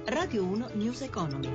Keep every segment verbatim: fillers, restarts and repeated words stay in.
Radio uno News Economy.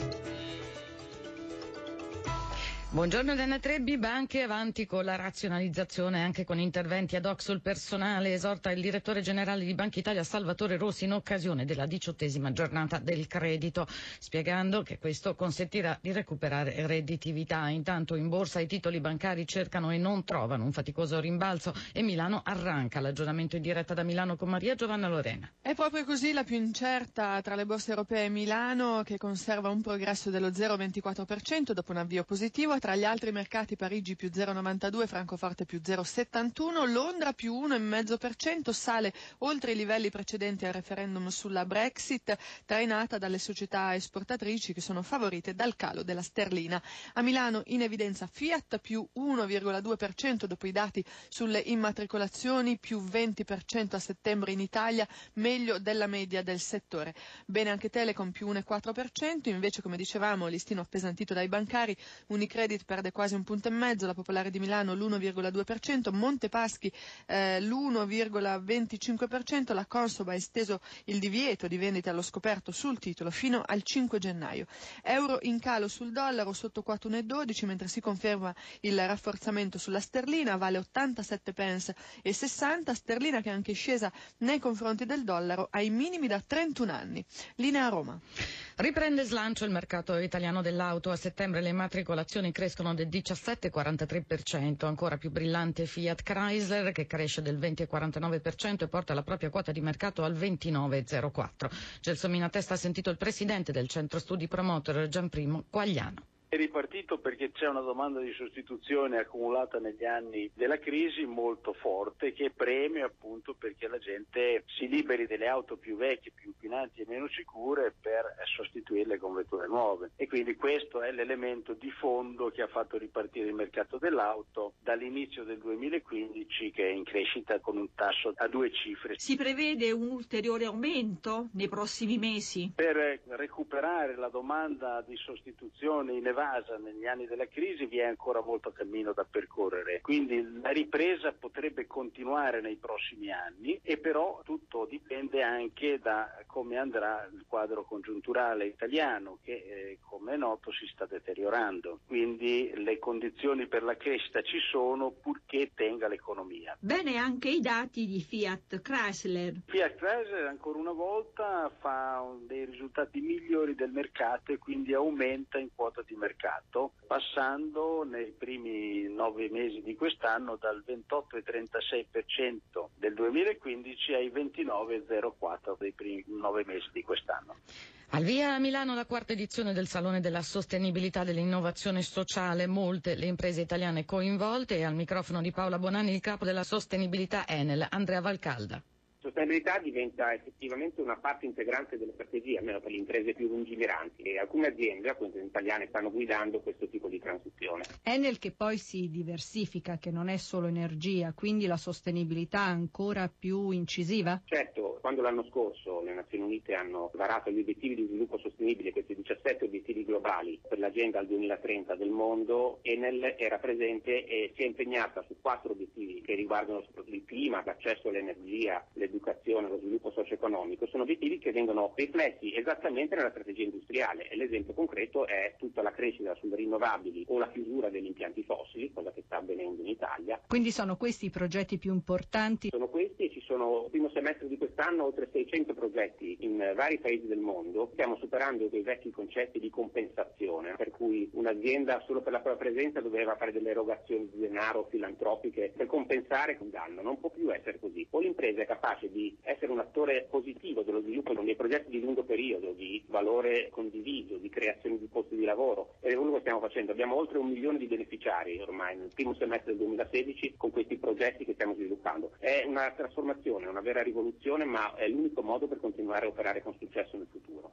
Buongiorno Elena Trebbi. Banche avanti con la razionalizzazione anche con interventi ad hoc sul personale, esorta il direttore generale di Banca Italia Salvatore Rossi in occasione della diciottesima giornata del credito, spiegando che questo consentirà di recuperare redditività. Intanto in borsa i titoli bancari cercano e non trovano un faticoso rimbalzo e Milano arranca. L'aggiornamento in diretta da Milano con Maria Giovanna Lorena. È proprio così la più incerta tra le borse europee. Milano che conserva un progresso dello zero virgola ventiquattro per cento dopo un avvio positivo. Tra gli altri mercati Parigi più zero virgola novantadue, Francoforte più zero virgola settantuno, Londra più uno virgola cinque per cento, sale oltre i livelli precedenti al referendum sulla Brexit, trainata dalle società esportatrici che sono favorite dal calo della sterlina. A Milano in evidenza Fiat più uno virgola due per cento dopo i dati sulle immatricolazioni, più venti per cento a settembre in Italia, meglio della media del settore. Bene anche Telecom più uno virgola quattro per cento, invece come dicevamo listino appesantito dai bancari, Unicredit perde quasi un punto e mezzo, la Popolare di Milano l'uno virgola due per cento, Montepaschi eh, l'uno virgola venticinque per cento, la Consob ha esteso il divieto di vendita allo scoperto sul titolo fino al cinque gennaio. Euro in calo sul dollaro sotto quattro virgola dodici, mentre si conferma il rafforzamento sulla sterlina, vale ottantasette pence e sessanta, sterlina che è anche scesa nei confronti del dollaro ai minimi da trentuno anni. Linea Roma. Riprende slancio il mercato italiano dell'auto. A settembre le immatricolazioni crescono del diciassette virgola quarantatré per cento, ancora più brillante Fiat Chrysler che cresce del venti virgola quarantanove per cento e porta la propria quota di mercato al ventinove virgola zero quattro. Gelsomina Testa ha sentito il presidente del centro studi promoter Gianprimo Quagliano. È ripartito perché c'è una domanda di sostituzione accumulata negli anni della crisi molto forte che preme appunto perché la gente si liberi delle auto più vecchie, più inquinanti e meno sicure per sostituirle con vetture nuove, e quindi questo è l'elemento di fondo che ha fatto ripartire il mercato dell'auto dall'inizio del duemilaquindici, che è in crescita con un tasso a due cifre. Si prevede un ulteriore aumento nei prossimi mesi? Per recuperare la domanda di sostituzione in evasa negli anni della crisi vi è ancora molto cammino da percorrere, quindi la ripresa potrebbe continuare nei prossimi anni, e però tutto dipende anche da come andrà il quadro congiunturale italiano che eh, come è noto si sta deteriorando, quindi le condizioni per la crescita ci sono purché tenga l'economia. Bene anche i dati di Fiat Chrysler. Fiat Chrysler ancora una volta fa dei risultati migliori del mercato e quindi aumenta in quota di mercato, passando nei primi nove mesi di quest'anno dal ventotto virgola trentasei per cento del duemilaquindici ai ventinove virgola zero quattro dei primi nove mesi di quest'anno. Al via a Milano la quarta edizione del Salone della Sostenibilità e dell'Innovazione Sociale, molte le imprese italiane coinvolte, e al microfono di Paola Bonanni il capo della sostenibilità Enel, Andrea Valcalda. Sostenibilità diventa effettivamente una parte integrante delle strategie, almeno per le imprese più lungimiranti, e alcune aziende, appunto italiane, stanno guidando questo tipo di transizione. Enel che poi si diversifica, che non è solo energia, quindi la sostenibilità ancora più incisiva? Certo, quando l'anno scorso le Nazioni Unite hanno varato gli obiettivi di sviluppo sostenibile, questi diciassette obiettivi globali per l'agenda al duemilatrenta del mondo, Enel era presente e si è impegnata su quattro obiettivi che riguardano soprattutto il clima, l'accesso all'energia, l'educazione, lo sviluppo socio-economico. Sono obiettivi che vengono riflessi esattamente nella strategia industriale, e l'esempio concreto è tutta la crescita sulle rinnovabili o la chiusura degli impianti fossili, cosa che sta avvenendo in Italia. Quindi sono questi i progetti più importanti? Sono questi, e ci sono nel primo semestre di quest'anno oltre seicento progetti in vari paesi del mondo. Stiamo superando quei vecchi concetti di compensazione, per cui un'azienda solo per la propria presenza doveva fare delle erogazioni di denaro filantropiche per compensare un danno. Non può più essere così. O l'impresa è capace di essere un attore positivo dello sviluppo dei progetti di lungo periodo, di valore condiviso, di creazione di posti di lavoro, ed è quello che stiamo facendo. Abbiamo oltre un milione di beneficiari ormai nel primo semestre del duemilasedici con questi progetti che stiamo sviluppando. È una trasformazione, una vera rivoluzione, ma è l'unico modo per continuare a operare con successo nel futuro.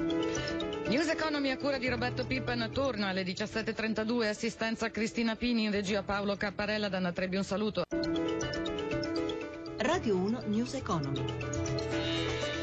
News Economy a cura di Roberto Pippen torna alle diciassette e trentadue, assistenza Cristina Pini, in regia Paolo Capparella. Da Anna Trebbi un saluto. Radio uno News Economy.